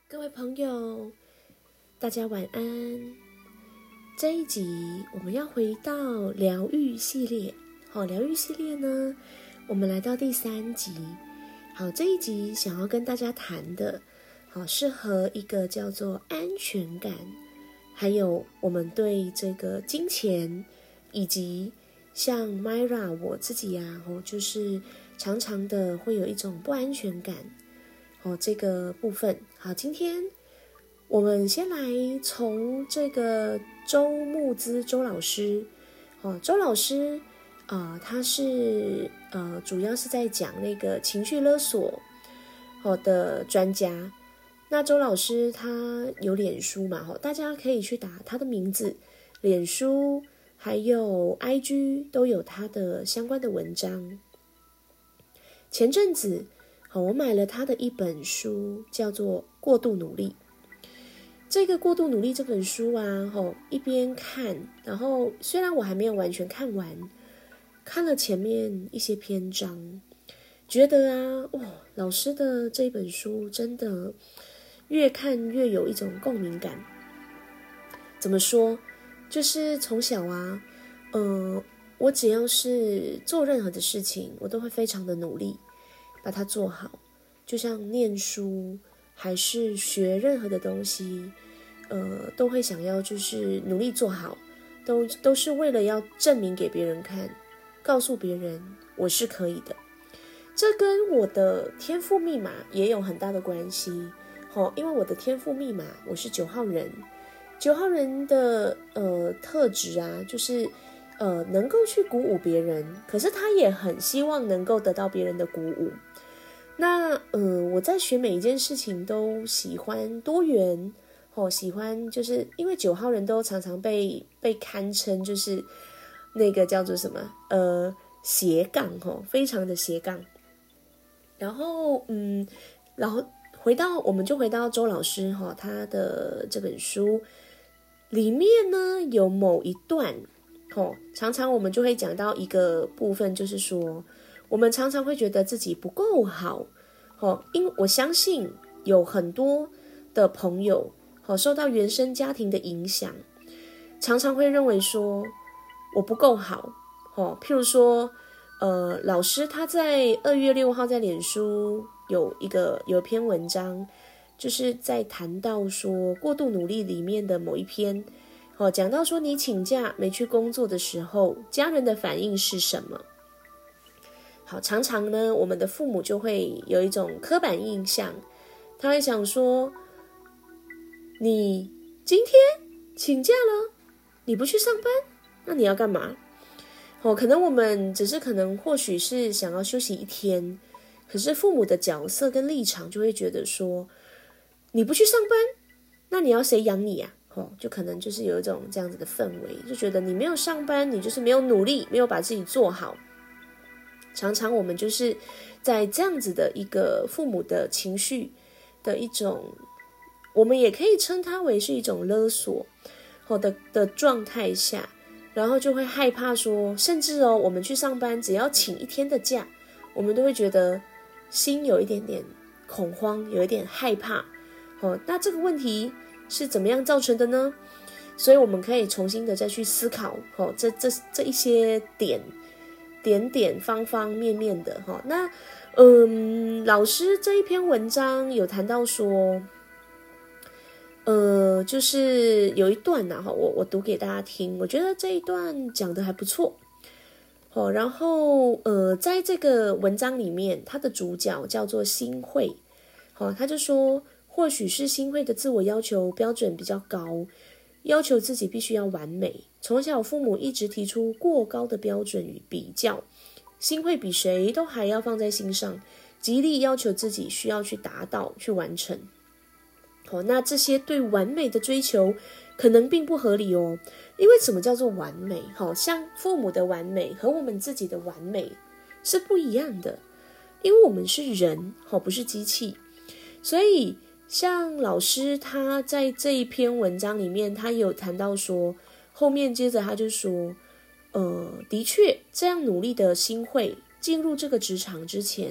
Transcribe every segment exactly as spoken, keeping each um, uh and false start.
各位朋友，大家晚安。这一集我们要回到疗愈系列。好，疗愈系列呢，我们来到第三集。好，这一集想要跟大家谈的，好，是和一个叫做安全感，还有我们对这个金钱，以及像 Myra 我自己啊，哦，就是常常的会有一种不安全感。哦，这个部分好，今天我们先来从这个周慕姿周老师，哦，周老师，呃，他是呃，主要是在讲那个情绪勒索，哦的专家。那周老师他有脸书嘛，哦，大家可以去打他的名字，脸书还有 I G 都有他的相关的文章。前阵子。好，我买了他的一本书，叫做《过度努力》。这个《过度努力》这本书啊，吼，一边看，然后虽然我还没有完全看完，看了前面一些篇章，觉得啊，哇，老师的这一本书真的越看越有一种共鸣感。怎么说？就是从小啊，呃，我只要是做任何的事情，我都会非常的努力。把它做好，就像念书还是学任何的东西，呃，都会想要就是努力做好，都都是为了要证明给别人看，告诉别人我是可以的。这跟我的天赋密码也有很大的关系，哦，因为我的天赋密码我是九号人，九号人的呃特质啊，就是呃能够去鼓舞别人，可是他也很希望能够得到别人的鼓舞。那呃，我在学每一件事情都喜欢多元，哦，喜欢就是因为九号人都常常被被堪称就是那个叫做什么呃斜杠哦，非常的斜杠。然后嗯，然后回到我们就回到周老师哈、哦，他的这本书里面呢有某一段哦，常常我们就会讲到一个部分，就是说。我们常常会觉得自己不够好，哦，因为我相信有很多的朋友，哦，受到原生家庭的影响，常常会认为说我不够好，哦，譬如说，呃，老师他在二月六号在脸书有一个有一篇文章，就是在谈到说过度努力里面的某一篇，哦，讲到说你请假没去工作的时候，家人的反应是什么？好，常常呢，我们的父母就会有一种刻板印象，他会想说，你今天请假了，你不去上班，那你要干嘛？哦，可能我们只是可能或许是想要休息一天，可是父母的角色跟立场就会觉得说，你不去上班，那你要谁养你啊？哦，就可能就是有一种这样子的氛围，就觉得你没有上班，你就是没有努力，没有把自己做好。常常我们就是在这样子的一个父母的情绪的一种，我们也可以称它为是一种勒索的的状态下，然后就会害怕说，甚至哦，我们去上班只要请一天的假，我们都会觉得心有一点点恐慌，有一点害怕。哦，那这个问题是怎么样造成的呢？所以我们可以重新的再去思考，哦，这这这一些点。点点方方面面的哈，那嗯，老师这一篇文章有谈到说，呃，就是有一段呐、啊、哈，我我读给大家听，我觉得这一段讲得还不错，好，然后呃，在这个文章里面，它的主角叫做新慧，好，他就说，或许是新慧的自我要求标准比较高。要求自己必须要完美，从小父母一直提出过高的标准与比较，心会比谁都还要放在心上，极力要求自己需要去达到去完成。哦，那这些对完美的追求可能并不合理哦，因为什么叫做完美？好像父母的完美和我们自己的完美是不一样的，因为我们是人，不是机器，所以像老师他在这一篇文章里面，他有谈到说，后面接着他就说，呃，的确这样努力的心慧进入这个职场之前，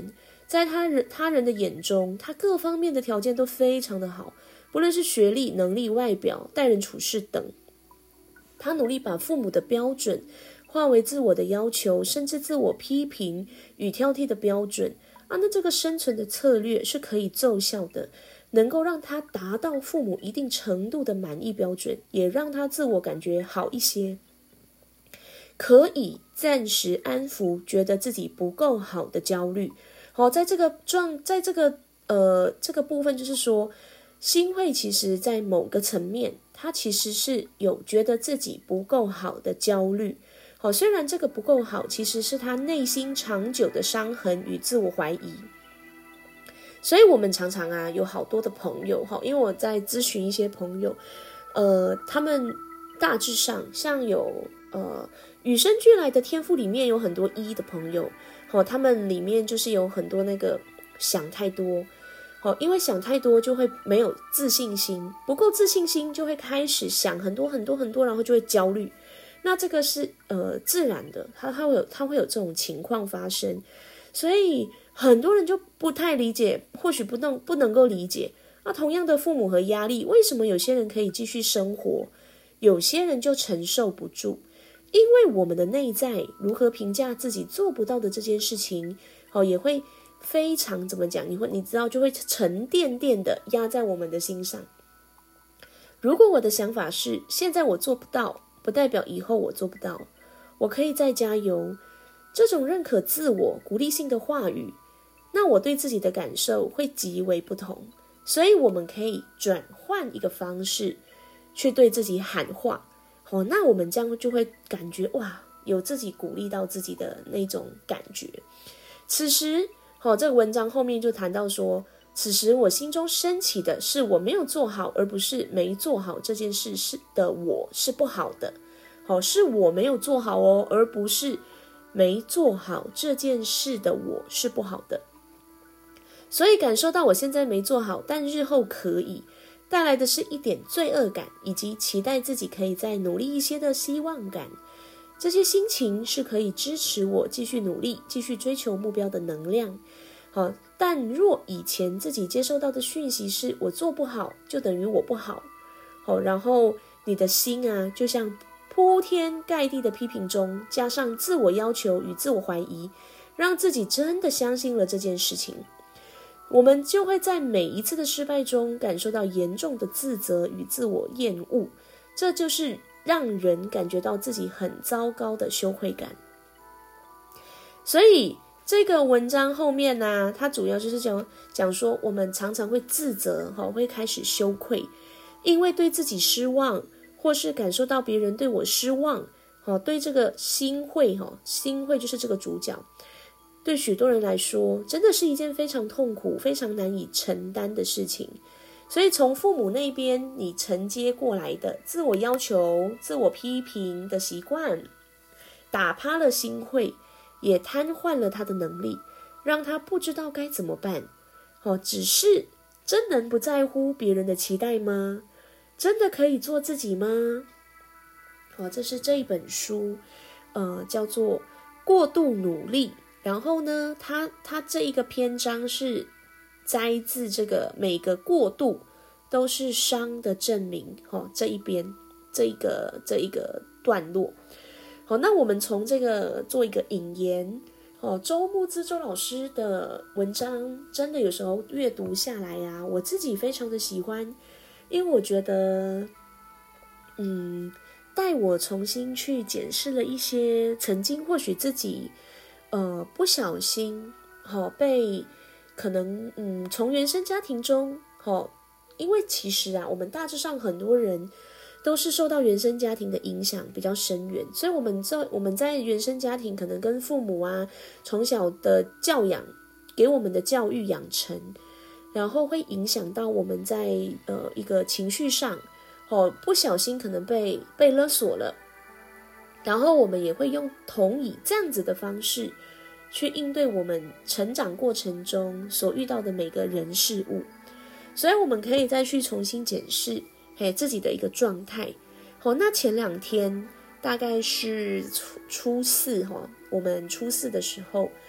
在他人他人的眼中，他各方面的条件都非常的好，不论是学历、能力、外表、待人处事等，他努力把父母的标准化为自我的要求，甚至自我批评与挑剔的标准啊，那这个生存的策略是可以奏效的，能够让他达到父母一定程度的满意标准，也让他自我感觉好一些，可以暂时安抚觉得自己不够好的焦虑。好，在这个状，在这个呃这个部分，就是说，心慧其实在某个层面，他其实是有觉得自己不够好的焦虑。好，虽然这个不够好，其实是他内心长久的伤痕与自我怀疑。所以我们常常啊，有好多的朋友哈，因为我在咨询一些朋友，呃，他们大致上像有呃与生俱来的天赋里面有很多一的朋友，好，他们里面就是有很多那个想太多，好，因为想太多就会没有自信心，不够自信心就会开始想很多很多很多，然后就会焦虑。那这个是呃自然的，它它会有它会有这种情况发生，所以很多人就不太理解，或许不能不能够理解。那同样的父母和压力，为什么有些人可以继续生活，有些人就承受不住？因为我们的内在如何评价自己做不到的这件事情，哦，也会非常怎么讲？你会你知道就会沉甸甸的压在我们的心上。如果我的想法是现在我做不到，不代表以后我做不到，我可以再加油。这种认可自我、鼓励性的话语，那我对自己的感受会极为不同。所以我们可以转换一个方式，去对自己喊话。哦，那我们这样就会感觉哇，有自己鼓励到自己的那种感觉。此时，哦，这个文章后面就谈到说，此时我心中升起的是我没有做好，而不是没做好这件事是的我是不好的。好，是我没有做好哦，而不是没做好这件事的我是不好的。所以感受到我现在没做好，但日后可以，带来的是一点罪恶感，以及期待自己可以再努力一些的希望感。这些心情是可以支持我继续努力，继续追求目标的能量。好，但若以前自己接收到的讯息是我做不好，就等于我不好。好，然后你的心啊，就像铺天盖地的批评中，加上自我要求与自我怀疑，让自己真的相信了这件事情。我们就会在每一次的失败中感受到严重的自责与自我厌恶，这就是让人感觉到自己很糟糕的羞愧感。所以这个文章后面呢、啊，它主要就是讲讲说，我们常常会自责，会开始羞愧，因为对自己失望，或是感受到别人对我失望，对这个心慧，心慧就是这个主角。对许多人来说，真的是一件非常痛苦、非常难以承担的事情。所以从父母那边你承接过来的自我要求、自我批评的习惯，打趴了心慧，也瘫痪了他的能力，让他不知道该怎么办。哦，只是真能不在乎别人的期待吗？真的可以做自己吗？哦，这是这一本书，呃，叫做《过度努力》。然后呢，它它这一个篇章是摘自这个每个过度都是伤的证明，哦，这一边这一个这一个段落。好，那我们从这个做一个引言。哦，周慕姿周老师的文章真的有时候阅读下来啊，我自己非常的喜欢，因为我觉得，嗯，带我重新去检视了一些曾经或许自己。呃，不小心，哦，被可能，嗯，从原生家庭中，哦，因为其实啊，我们大致上很多人都是受到原生家庭的影响比较深远，所以我们在我们在原生家庭可能跟父母啊，从小的教养给我们的教育养成，然后会影响到我们在呃一个情绪上，哦，不小心可能被被勒索了。然后我们也会用同以这样子的方式去应对我们成长过程中所遇到的每个人事物，所以我们可以再去重新检视嘿自己的一个状态。好，那前两天大概是初初四哈，我们初四的时候，我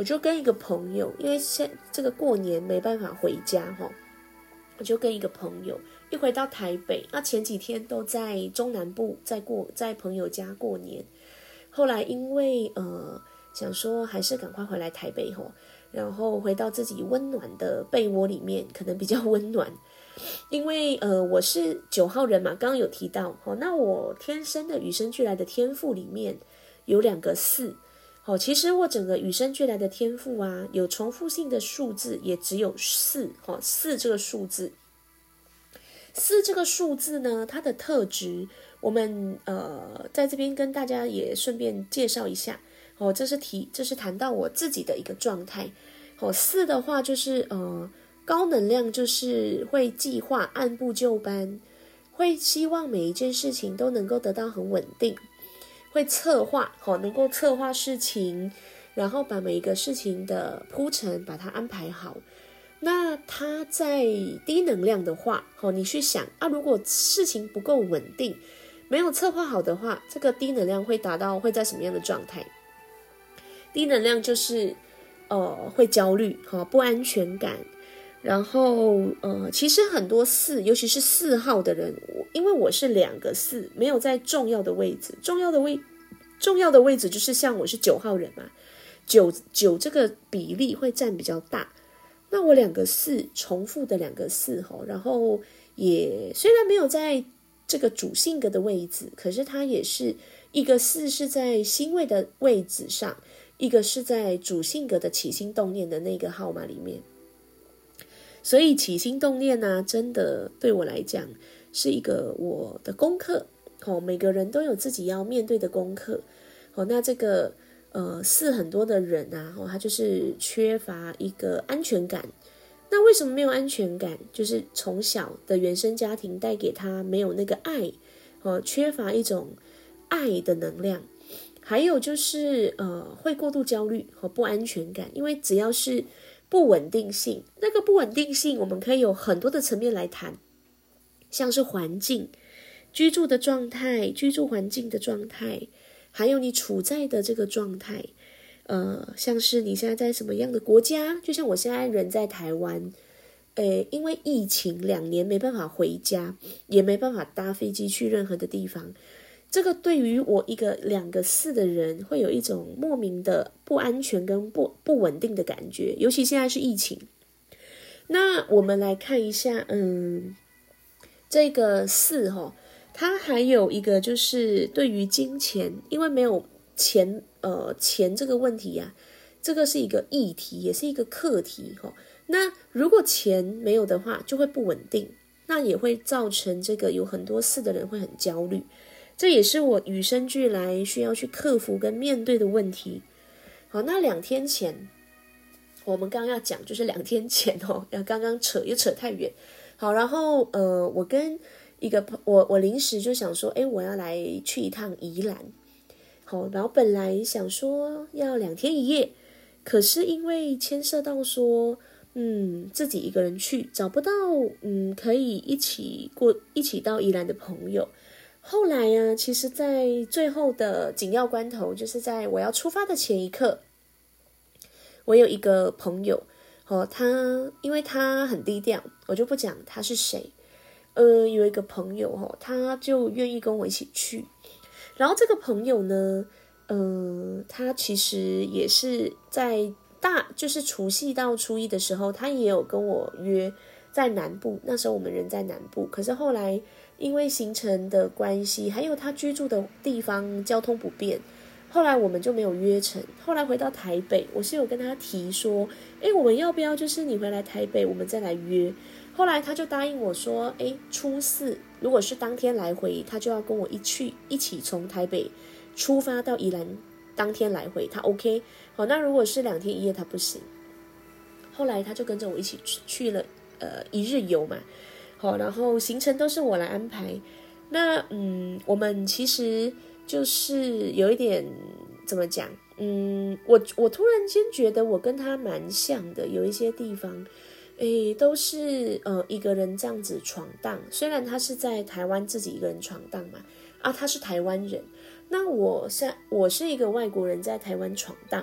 我就跟一个朋友，因为现这个过年没办法回家哈，我就跟一个朋友一回到台北，那前几天都在中南部在过在朋友家过年，后来因为呃想说还是赶快回来台北吼，然后回到自己温暖的被窝里面，可能比较温暖。因为呃我是九号人嘛，刚刚有提到哦，那我天生的与生俱来的天赋里面有两个四哦，其实我整个与生俱来的天赋啊，有重复性的数字也只有四哦，四这个数字，四这个数字呢，它的特质，我们呃在这边跟大家也顺便介绍一下哦，这是提这是谈到我自己的一个状态哦，四的话就是呃。高能量就是会计划，按部就班，会希望每一件事情都能够得到很稳定，会策划，能够策划事情，然后把每一个事情的铺陈把它安排好。那它在低能量的话，你去想啊，如果事情不够稳定，没有策划好的话，这个低能量会达到会在什么样的状态？低能量就是呃会焦虑，不安全感。然后呃，其实很多四，尤其是四号的人，因为我是两个四，没有在重要的位置，重要的位重要的位置就是像我是九号人嘛，九九这个比例会占比较大。那我两个四重复的两个四吼，然后也虽然没有在这个主性格的位置，可是它也是一个四是在星位的位置上，一个是在主性格的起心动念的那个号码里面。所以起心动念呢、啊，真的对我来讲是一个我的功课。哦，每个人都有自己要面对的功课。哦，那这个呃四很多的人啊，哦，他就是缺乏一个安全感。那为什么没有安全感？就是从小的原生家庭带给他没有那个爱，哦，缺乏一种爱的能量。还有就是呃会过度焦虑和不安全感，因为只要是不稳定性，那个不稳定性我们可以有很多的层面来谈，像是环境、居住的状态、居住环境的状态，还有你处在的这个状态，呃，像是你现在在什么样的国家，就像我现在人在台湾，诶，因为疫情两年没办法回家，也没办法搭飞机去任何的地方。这个对于我一个两个四的人，会有一种莫名的不安全跟不不稳定的感觉，尤其现在是疫情。那我们来看一下，嗯，这个四哈，它还有一个就是对于金钱，因为没有钱，呃，钱这个问题呀、啊，这个是一个议题，也是一个课题哈。那如果钱没有的话，就会不稳定，那也会造成这个有很多四的人会很焦虑。这也是我与生俱来需要去克服跟面对的问题。好，那两天前，我们刚刚要讲就是两天前哦，刚刚扯又扯太远。好，然后呃，我跟一个我我临时就想说，哎，我要来去一趟宜兰。好，然后本来想说要两天一夜，可是因为牵涉到说，嗯，自己一个人去，找不到嗯可以一起过一起到宜兰的朋友。后来啊，其实在最后的紧要关头，就是在我要出发的前一刻，我有一个朋友，哦，他因为他很低调，我就不讲他是谁。呃，有一个朋友哦，他就愿意跟我一起去。然后这个朋友呢，呃，他其实也是在大，就是除夕到初一的时候，他也有跟我约在南部。那时候我们人在南部，可是后来因为行程的关系，还有他居住的地方交通不便，后来我们就没有约成。后来回到台北，我是有跟他提说，诶，我们要不要就是你回来台北，我们再来约。后来他就答应我说，诶，初四如果是当天来回，他就要跟我一起一起从台北出发到宜兰，当天来回他 OK。 好，那如果是两天一夜他不行。后来他就跟着我一起去去了呃一日游嘛。好，然后行程都是我来安排。那嗯，我们其实就是有一点怎么讲？嗯，我我突然间觉得我跟他蛮像的，有一些地方，诶，都是呃一个人这样子闯荡。虽然他是在台湾自己一个人闯荡嘛，啊，他是台湾人，那我是我是一个外国人在台湾闯荡。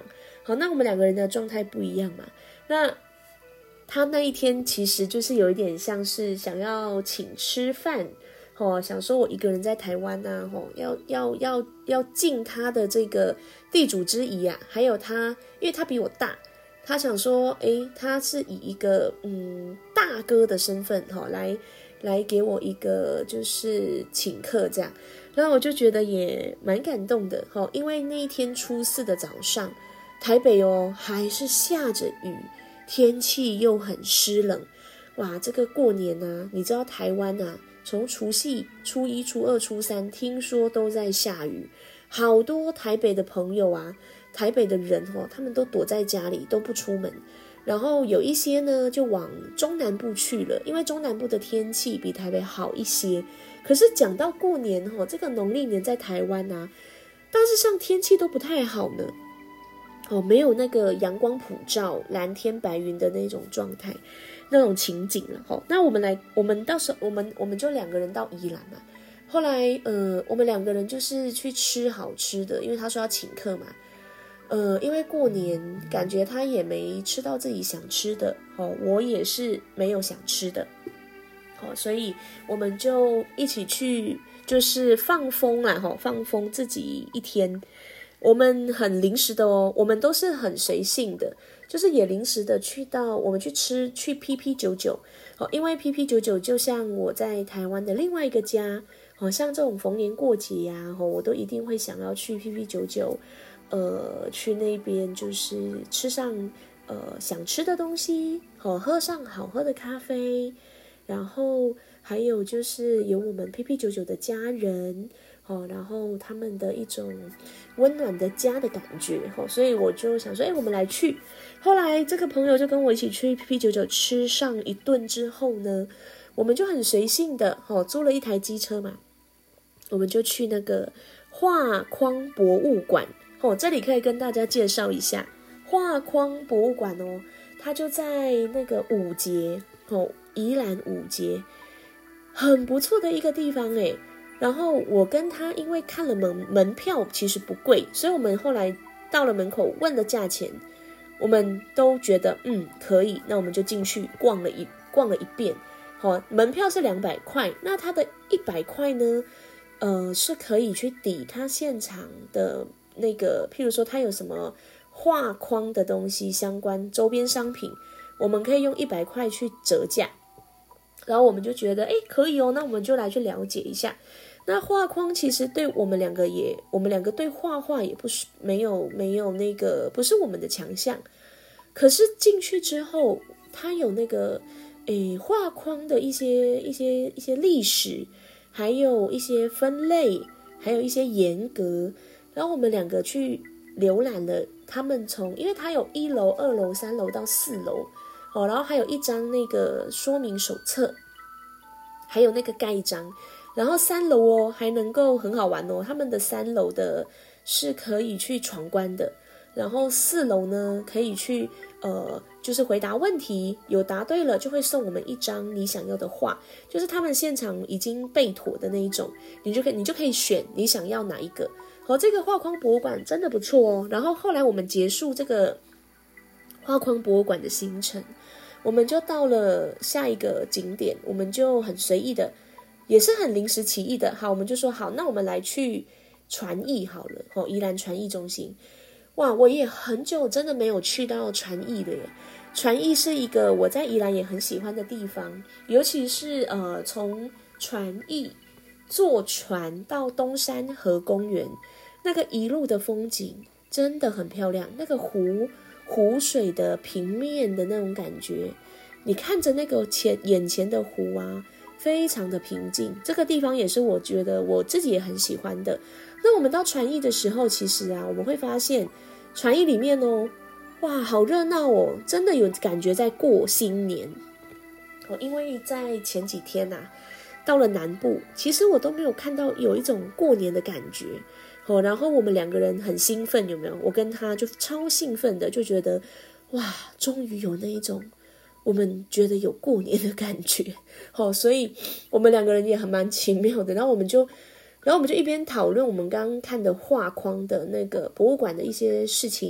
好，那我们两个人的状态不一样嘛。那他那一天其实就是有一点像是想要请吃饭，哦，想说我一个人在台湾啊，哦，要要要要尽他的这个地主之谊啊，还有他，因为他比我大，他想说，诶，他是以一个嗯大哥的身份，哈、哦，来来给我一个就是请客这样。然后我就觉得也蛮感动的，哦，因为那一天初四的早上，台北哦还是下着雨，天气又很湿冷，哇，这个过年啊，你知道台湾啊，从除夕、初一、初二、初三，听说都在下雨，好多台北的朋友啊，台北的人哦，他们都躲在家里，都不出门。然后有一些呢，就往中南部去了，因为中南部的天气比台北好一些。可是讲到过年哦，这个农历年在台湾啊，大致上天气都不太好呢。哦，没有那个阳光普照、蓝天白云的那种状态，那种情景了。哦，那我们来，我们到时候我们我们就两个人到宜兰嘛。后来呃，我们两个人就是去吃好吃的，因为他说要请客嘛。呃，因为过年感觉他也没吃到自己想吃的，哦，我也是没有想吃的，哦，所以我们就一起去，就是放风啦，哈，放风自己一天。我们很临时的哦，我们都是很随性的，就是也临时的去到我们去吃去 P P 九九，哦，因为 P P 九九就像我在台湾的另外一个家，哦，像这种逢年过节呀，哦，我都一定会想要去 P P 九九。呃，去那边就是吃上呃想吃的东西，好，喝上好喝的咖啡，然后还有就是有我们 P P 九九的家人，哦，然后他们的一种温暖的家的感觉，哦，所以我就想说，哎，我们来去。后来这个朋友就跟我一起去 P P 九九吃上一顿之后呢，我们就很随性的，哦，租了一台机车嘛，我们就去那个画框博物馆。哦，这里可以跟大家介绍一下画框博物馆哦，它就在那个五节哦，宜兰五节，很不错的一个地方诶。然后我跟他因为看了门门票其实不贵，所以我们后来到了门口问了价钱，我们都觉得嗯可以，那我们就进去逛了一逛了一遍。好，哦，门票是两百块，那它的一百块呢，呃，是可以去抵它现场的。那个，譬如说，它有什么画框的东西相关周边商品，我们可以用一百块去折价。然后我们就觉得，哎，可以哦，那我们就来去了解一下。那画框其实对我们两个也，我们两个对画画也不是没有没有那个不是我们的强项。可是进去之后，它有那个，诶，画框的一些一些一些历史，还有一些分类，还有一些严格。然后我们两个去浏览了他们从，因为它有一楼、二楼、三楼到四楼，哦，然后还有一张那个说明手册，还有那个盖章。然后三楼哦还能够很好玩哦，他们的三楼的是可以去闯关的，然后四楼呢可以去呃就是回答问题，有答对了就会送我们一张你想要的画，就是他们现场已经备妥的那一种，你就可以你就可以选你想要哪一个。好，这个画框博物馆真的不错哦。然后后来我们结束这个画框博物馆的行程，我们就到了下一个景点，我们就很随意的，也是很临时起意的。好，我们就说好，那我们来去传艺好了，哦，宜兰传艺中心。哇，我也很久真的没有去到传艺了耶。传艺是一个我在宜兰也很喜欢的地方，尤其是呃从传艺坐船到东山河公园，那个一路的风景真的很漂亮，那个湖湖水的平面的那种感觉，你看着那个前眼前的湖啊，非常的平静。这个地方也是我觉得我自己也很喜欢的。那我们到传艺的时候，其实啊，我们会发现传艺里面哦，哇，好热闹哦，真的有感觉在过新年哦。因为在前几天啊，到了南部，其实我都没有看到有一种过年的感觉哦。然后我们两个人很兴奋，有没有？我跟他就超兴奋的，就觉得哇，终于有那一种我们觉得有过年的感觉哦。所以我们两个人也很蛮奇妙的。然后我们就，然后我们就一边讨论我们刚刚看的画框的那个博物馆的一些事情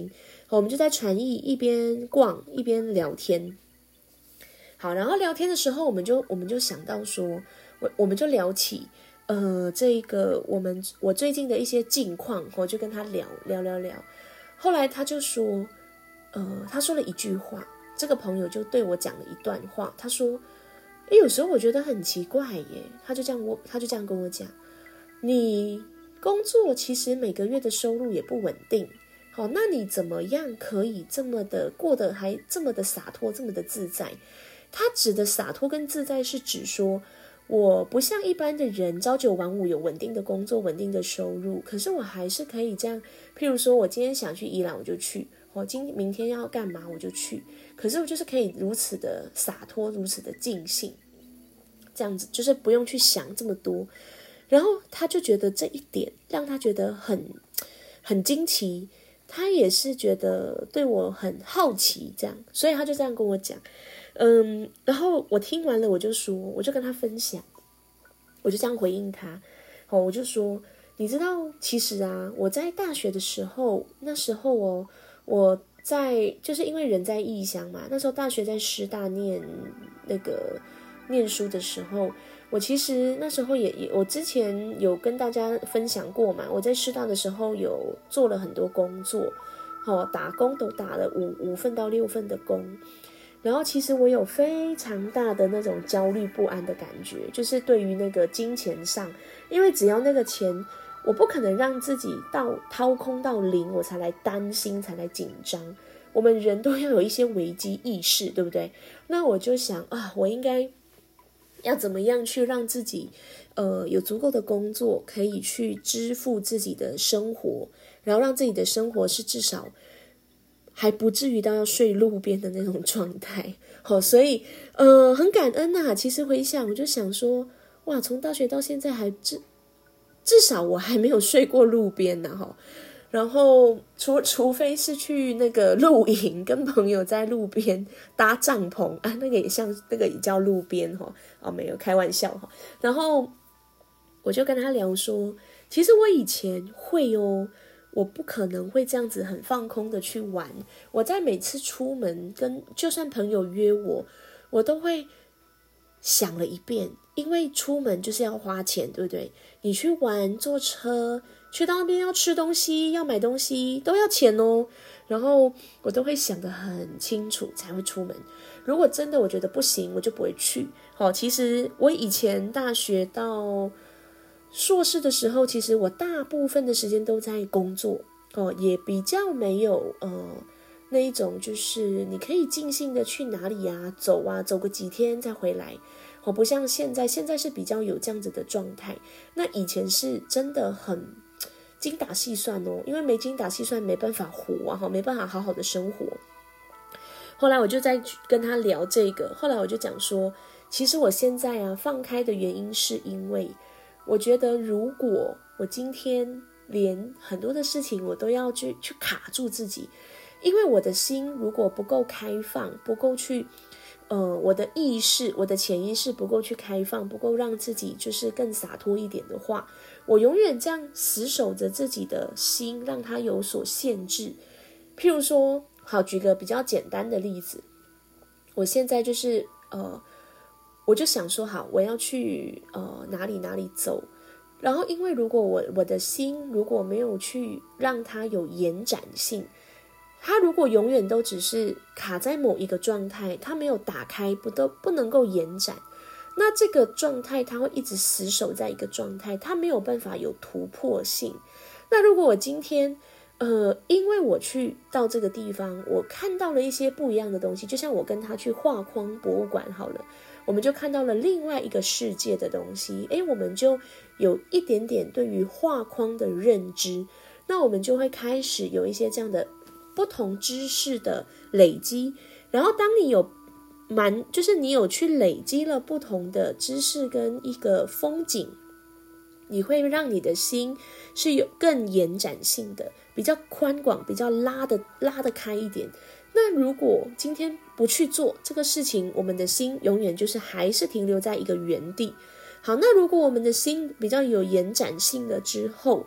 我们就在传艺一边逛一边聊天。好，然后聊天的时候，我们就我们就想到说，我我们就聊起呃这个我们我最近的一些近况，我就跟他聊聊聊聊。后来他就说，呃，他说了一句话，这个朋友就对我讲了一段话，他说，诶，有时候我觉得很奇怪耶，他就这样我他就这样跟我讲，你工作其实每个月的收入也不稳定。好，那你怎么样可以这么的过得还这么的洒脱，这么的自在？他指的洒脱跟自在是指说，我不像一般的人朝九晚五有稳定的工作、稳定的收入，可是我还是可以这样，譬如说我今天想去宜兰我就去，我今明天要干嘛我就去，可是我就是可以如此的洒脱，如此的尽兴，这样子就是不用去想这么多。然后他就觉得这一点让他觉得很很惊奇，他也是觉得对我很好奇，这样，所以他就这样跟我讲，嗯，然后我听完了，我就说，我就跟他分享，我就这样回应他，哦，我就说，你知道，其实啊，我在大学的时候，那时候哦，我在就是因为人在异乡嘛，那时候大学在师大念那个念书的时候。我其实那时候也也，我之前有跟大家分享过嘛，我在师大的时候有做了很多工作，哦，打工都打了五五份到六份的工，然后其实我有非常大的那种焦虑不安的感觉，就是对于那个金钱上，因为只要那个钱，我不可能让自己到掏空到零，我才来担心，才来紧张。我们人都要有一些危机意识，对不对？那我就想啊，我应该要怎么样去让自己呃有足够的工作可以去支付自己的生活，然后让自己的生活是至少还不至于到要睡路边的那种状态。好，所以呃很感恩啊，其实回想我就想说，哇，从大学到现在还至至少我还没有睡过路边呢，哈。然后除除非是去那个露营，跟朋友在路边搭帐篷啊，那个也像那个也叫路边哈，哦没有开玩笑哈。然后我就跟他聊说，其实我以前会哦，我不可能会这样子很放空的去玩。我在每次出门跟就算朋友约我，我都会想了一遍，因为出门就是要花钱，对不对？你去玩坐车。去到那边要吃东西要买东西都要钱哦，然后我都会想得很清楚才会出门，如果真的我觉得不行我就不会去。好，其实我以前大学到硕士的时候，其实我大部分的时间都在工作哦，也比较没有呃那一种就是你可以尽兴的去哪里啊走啊走个几天再回来哦，不像现在现在是比较有这样子的状态，那以前是真的很精打细算哦，因为没精打细算没办法活啊，没办法好好的生活。后来我就在跟他聊这个，后来我就讲说，其实我现在啊放开的原因是因为我觉得如果我今天连很多的事情我都要去去卡住自己，因为我的心如果不够开放，不够去呃，我的意识，我的潜意识不够去开放，不够让自己就是更洒脱一点的话，我永远这样死守着自己的心，让它有所限制。譬如说，好，举个比较简单的例子，我现在就是呃，我就想说，好，我要去呃哪里哪里走，然后因为如果我我的心如果没有去让它有延展性。它如果永远都只是卡在某一个状态，它没有打开，不都不能够延展，那这个状态它会一直死守在一个状态，它没有办法有突破性。那如果我今天呃，因为我去到这个地方，我看到了一些不一样的东西，就像我跟他去画框博物馆好了，我们就看到了另外一个世界的东西，诶，我们就有一点点对于画框的认知，那我们就会开始有一些这样的不同知识的累积，然后当你有蛮就是你有去累积了不同的知识跟一个风景，你会让你的心是有更延展性的，比较宽广，比较拉的拉得开一点。那如果今天不去做这个事情，我们的心永远就是还是停留在一个原地。好，那如果我们的心比较有延展性了之后，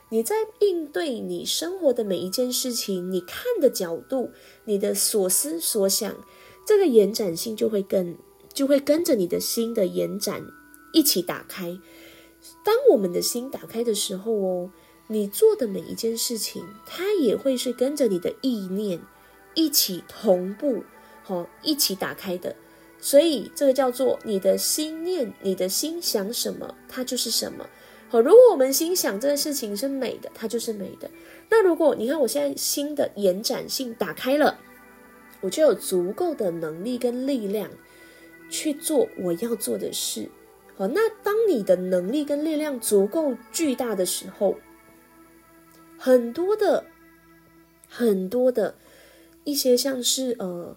你在应对你生活的每一件事情，你看的角度，你的所思所想，这个延展性就会跟就会跟着你的心的延展一起打开。当我们的心打开的时候哦，你做的每一件事情，它也会是跟着你的意念一起同步、哦、一起打开的。所以这个叫做你的心念，你的心想什么，它就是什么。好，如果我们心想这个事情是美的，它就是美的。那如果你看我现在心的延展性打开了，我就有足够的能力跟力量去做我要做的事。好，那当你的能力跟力量足够巨大的时候，很多的很多的一些像是呃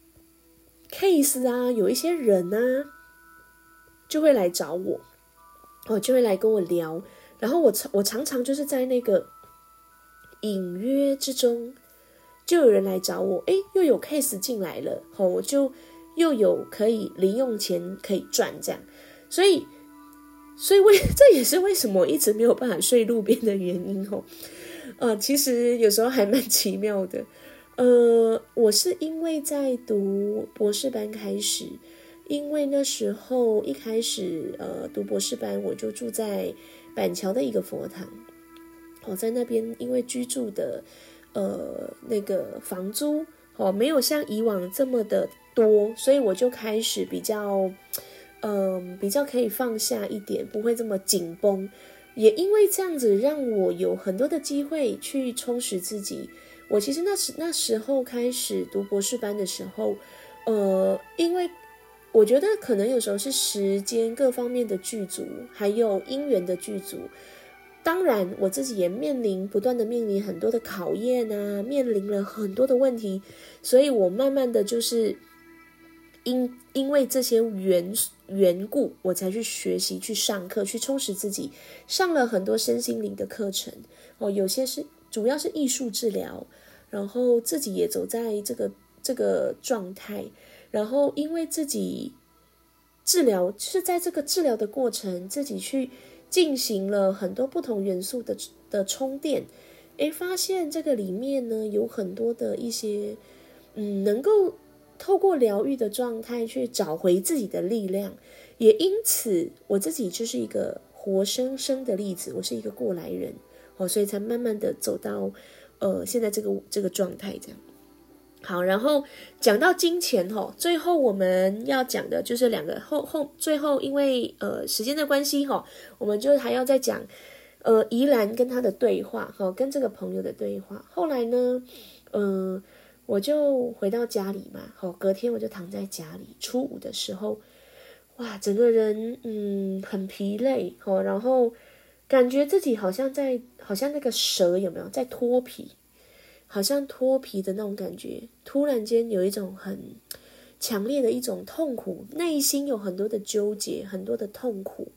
case 啊，有一些人啊就会来找我，哦，就会来跟我聊，然后我我常常就是在那个隐约之中，就有人来找我，诶，又有 case 进来了，哦，我就又有可以零用钱可以赚这样，所以所以为这也是为什么我一直没有办法睡路边的原因哦。呃，其实有时候还蛮奇妙的。呃，我是因为在读博士班开始，因为那时候一开始呃读博士班，我就住在板桥的一个佛堂。我、哦、在那边因为居住的呃那个房租哦没有像以往这么的多，所以我就开始比较嗯、呃、比较可以放下一点，不会这么紧绷。也因为这样子，让我有很多的机会去充实自己。我其实那时那时候开始读博士班的时候，呃，因为我觉得可能有时候是时间各方面的具足，还有因缘的具足。当然，我自己也面临不断的面临很多的考验啊，面临了很多的问题，所以我慢慢的就是因因为这些缘缘故，我才去学习、去上课、去充实自己，上了很多身心灵的课程哦，有些是主要是艺术治疗，然后自己也走在这个这个状态，然后因为自己治疗，就是在这个治疗的过程，自己去进行了很多不同元素的的充电，诶，发现这个里面呢有很多的一些嗯能够透过疗愈的状态去找回自己的力量，也因此我自己就是一个活生生的例子，我是一个过来人哦，所以才慢慢的走到呃现在这个这个状态这样。好，然后讲到金钱吼，最后我们要讲的就是两个后后最后因为呃时间的关系吼，我们就还要再讲呃宜兰跟他的对话哈，跟这个朋友的对话。后来呢，嗯、呃。我就回到家里嘛，好，隔天我就躺在家里。初五的时候，哇，整个人嗯很疲累，好，然后感觉自己好像在，好像那个蛇有没有在脱皮，好像脱皮的那种感觉。突然间有一种很强烈的一种痛苦，内心有很多的纠结，很多的痛苦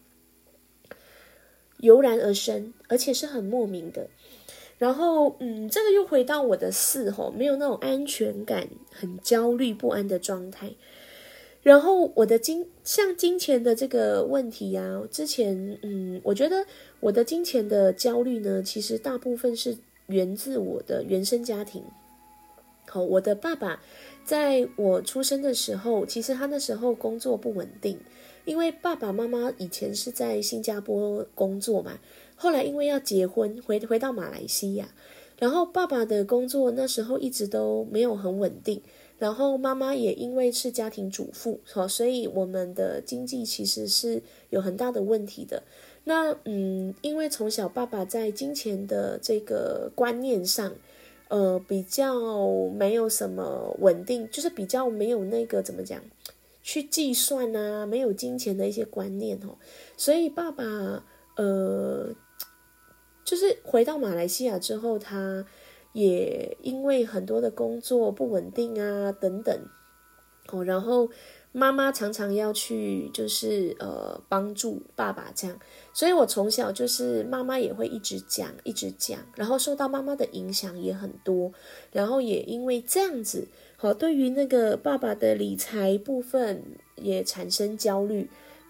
油然而生，而且是很莫名的。然后，嗯，这个又回到我的四吼，没有那种安全感，很焦虑不安的状态。然后我的金，像金钱的这个问题啊，之前，嗯，我觉得我的金钱的焦虑呢，其实大部分是源自我的原生家庭。好，我的爸爸在我出生的时候，其实他那时候工作不稳定，因为爸爸妈妈以前是在新加坡工作嘛。后来因为要结婚，回回到马来西亚，然后爸爸的工作那时候一直都没有很稳定，然后妈妈也因为是家庭主妇，所以我们的经济其实是有很大的问题的。那嗯，因为从小爸爸在金钱的这个观念上，呃，比较没有什么稳定，就是比较没有那个怎么讲，去计算啊，没有金钱的一些观念哦，所以爸爸呃。就是回到马来西亚之后，他也因为很多的工作不稳定啊等等，哦，然后妈妈常常要去就是呃帮助爸爸这样，所以我从小就是妈妈也会一直讲一直讲，然后受到妈妈的影响也很多，然后也因为这样子，好，对于那个爸爸的理财部分也产生焦虑。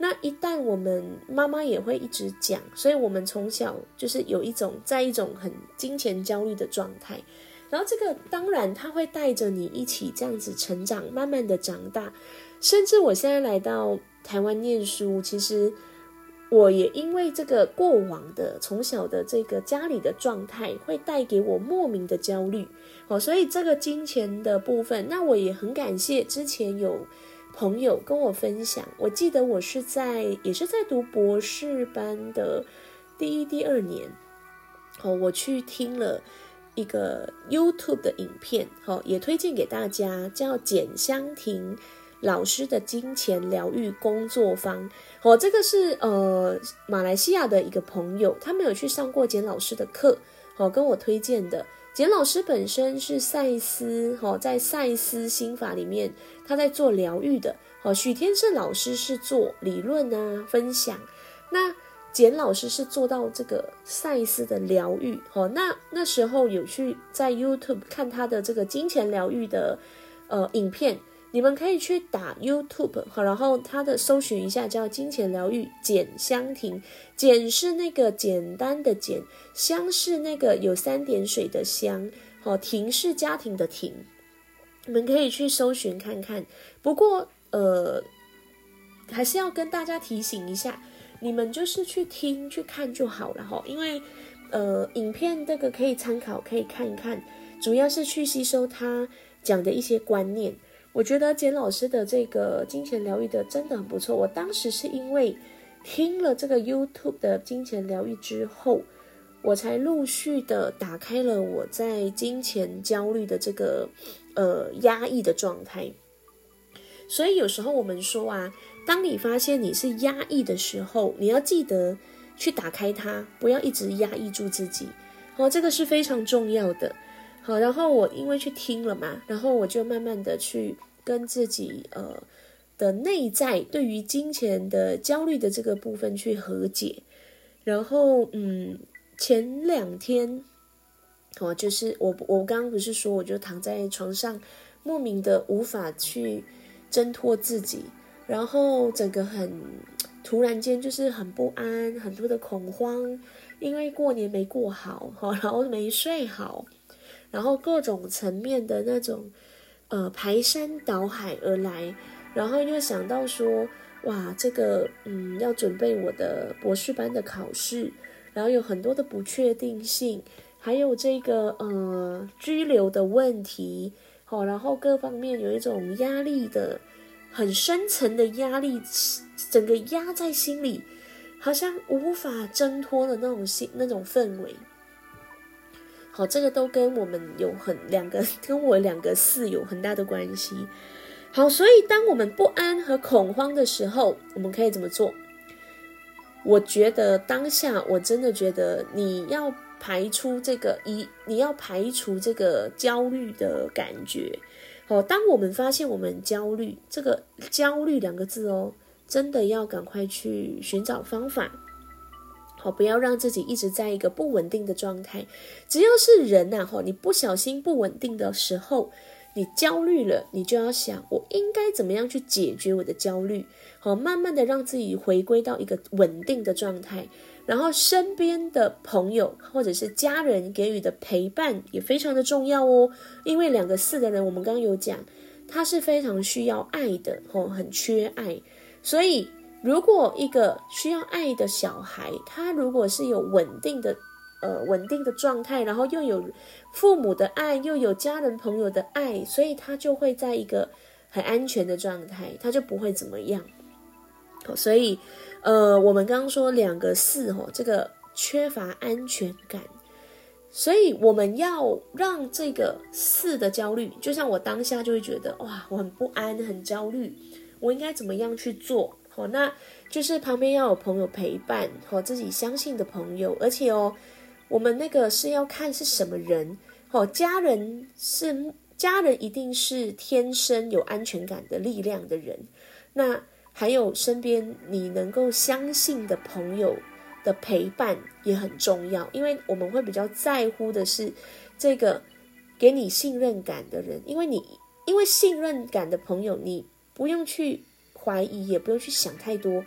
那一旦我们妈妈也会一直讲，所以我们从小就是有一种在一种很金钱焦虑的状态，然后这个当然它会带着你一起这样子成长，慢慢的长大，甚至我现在来到台湾念书，其实我也因为这个过往的从小的这个家里的状态会带给我莫名的焦虑，哦，所以这个金钱的部分，那我也很感谢之前有朋友跟我分享，我记得我是在也是在读博士班的第一第二年，哦，我去听了一个 YouTube 的影片，哦，也推荐给大家，叫简香婷老师的金钱疗愈工作坊。哦，这个是呃马来西亚的一个朋友，他们有去上过简老师的课，哦，跟我推荐的。简老师本身是赛斯，哦，在赛斯心法里面，他在做疗愈的。哦，许天胜老师是做理论啊分享，那简老师是做到这个赛斯的疗愈。哦，那那时候有去在 YouTube 看他的这个金钱疗愈的呃影片。你们可以去打 YouTube， 然后它的搜寻一下叫金钱疗愈简香婷，简是那个简单的简，香是那个有三点水的香，婷是家庭的婷，你们可以去搜寻看看。不过呃，还是要跟大家提醒一下，你们就是去听去看就好了，因为呃，影片这个可以参考，可以看一看，主要是去吸收他讲的一些观念。我觉得简老师的这个金钱疗愈的真的很不错，我当时是因为听了这个 YouTube 的金钱疗愈之后，我才陆续的打开了我在金钱焦虑的这个呃压抑的状态。所以有时候我们说啊，当你发现你是压抑的时候，你要记得去打开它，不要一直压抑住自己，哦，这个是非常重要的。好，然后我因为去听了嘛，然后我就慢慢的去跟自己呃的内在对于金钱的焦虑的这个部分去和解。然后嗯，前两天哦，就是我我刚刚不是说我就躺在床上，莫名的无法去挣脱自己，然后整个很突然间就是很不安，很多的恐慌，因为过年没过好，然后没睡好。然后各种层面的那种呃排山倒海而来，然后又想到说，哇，这个嗯要准备我的博士班的考试，然后有很多的不确定性，还有这个呃居留的问题，好，然后各方面有一种压力的很深层的压力，整个压在心里，好像无法挣脱的那种心那种氛围。好，这个都跟我们有很两个跟我两个四有很大的关系。好，所以当我们不安和恐慌的时候，我们可以怎么做？我觉得当下我真的觉得你要排出这个一，你要排除这个焦虑的感觉。哦，当我们发现我们焦虑，这个焦虑两个字哦，真的要赶快去寻找方法。好，不要让自己一直在一个不稳定的状态。只要是人啊，你不小心不稳定的时候，你焦虑了，你就要想我应该怎么样去解决我的焦虑。好，慢慢的让自己回归到一个稳定的状态。然后身边的朋友或者是家人给予的陪伴也非常的重要哦。因为两个四的人，我们刚刚有讲，他是非常需要爱的，很缺爱，所以如果一个需要爱的小孩，他如果是有稳定的呃稳定的状态，然后又有父母的爱，又有家人朋友的爱，所以他就会在一个很安全的状态，他就不会怎么样。所以呃我们刚刚说两个四哦，这个缺乏安全感，所以我们要让这个四的焦虑，就像我当下就会觉得哇，我很不安很焦虑，我应该怎么样去做。好，那就是旁边要有朋友陪伴，好，自己相信的朋友，而且哦，我们那个是要看是什么人，好，家人是家人一定是天生有安全感的力量的人，那还有身边你能够相信的朋友的陪伴也很重要，因为我们会比较在乎的是这个给你信任感的人，因为你因为信任感的朋友，你不用去怀疑，也不用去想太多，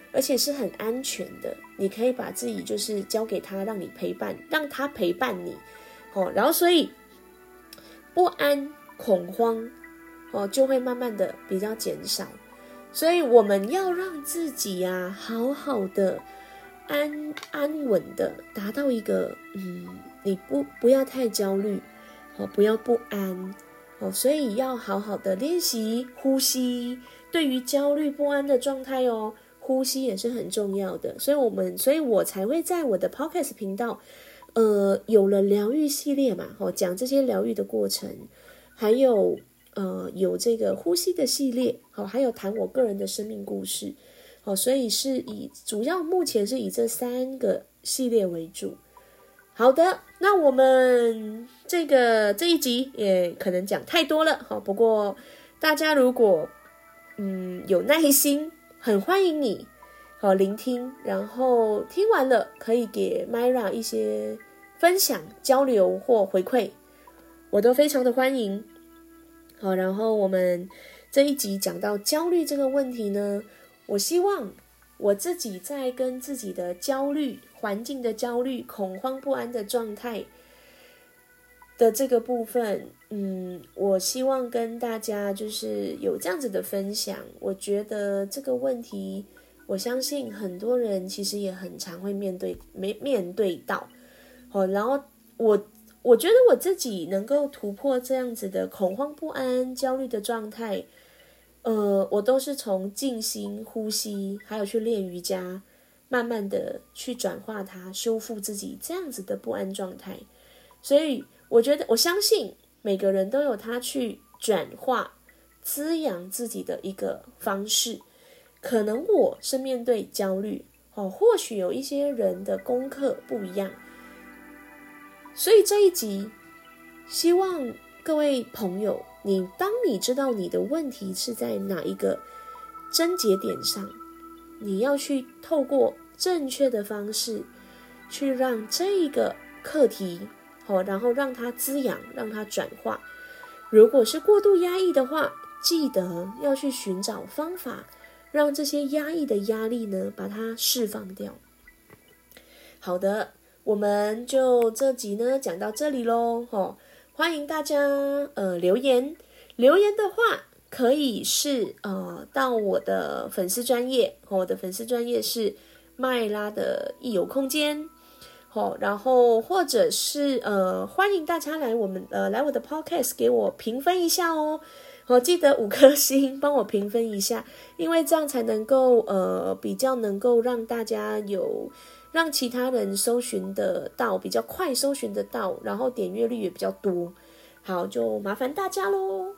而且是很安全的，你可以把自己就是交给他，让你陪伴，让他陪伴你，哦，然后所以不安、恐慌，哦，就会慢慢的比较减少。所以我们要让自己啊，好好的、安安稳的达到一个，嗯，你不不要太焦虑，哦，不要不安，哦，所以要好好的练习呼吸。对于焦虑不安的状态哦，呼吸也是很重要的。所以我们，所以我才会在我的 Podcast 频道，呃，有了疗愈系列嘛，哦，讲这些疗愈的过程，还有。呃，有这个呼吸的系列，好，还有谈我个人的生命故事，好，所以是以主要目前是以这三个系列为主。好的，那我们这个这一集也可能讲太多了，好，不过大家如果嗯有耐心，很欢迎你好聆听，然后听完了可以给 Myra 一些分享、交流或回馈，我都非常的欢迎。好，然后我们这一集讲到焦虑这个问题呢，我希望我自己在跟自己的焦虑、环境的焦虑、恐慌不安的状态的这个部分，嗯，我希望跟大家就是有这样子的分享。我觉得这个问题，我相信很多人其实也很常会面对没面对到。好，然后我。我觉得我自己能够突破这样子的恐慌不安、焦虑的状态，呃，我都是从静心、呼吸，还有去练瑜伽，慢慢的去转化它，修复自己这样子的不安状态。所以我觉得，我相信每个人都有他去转化、滋养自己的一个方式。可能我是面对焦虑，哦，或许有一些人的功课不一样。所以这一集，希望各位朋友，你当你知道你的问题是在哪一个症结点上，你要去透过正确的方式，去让这个课题，哦，然后让它滋养，让它转化。如果是过度压抑的话，记得要去寻找方法，让这些压抑的压力呢，把它释放掉。好的。我们就这集呢讲到这里咯，哦，欢迎大家呃留言，留言的话可以是呃到我的粉丝专页，我的粉丝专页是麦拉的益友空间，哦，然后或者是呃欢迎大家来我们呃来我的 podcast 给我评分一下哦，哦，记得五颗星帮我评分一下，因为这样才能够呃比较能够让大家有。让其他人搜寻得到，比较快搜寻得到，然后点阅率也比较多。好，就麻烦大家咯。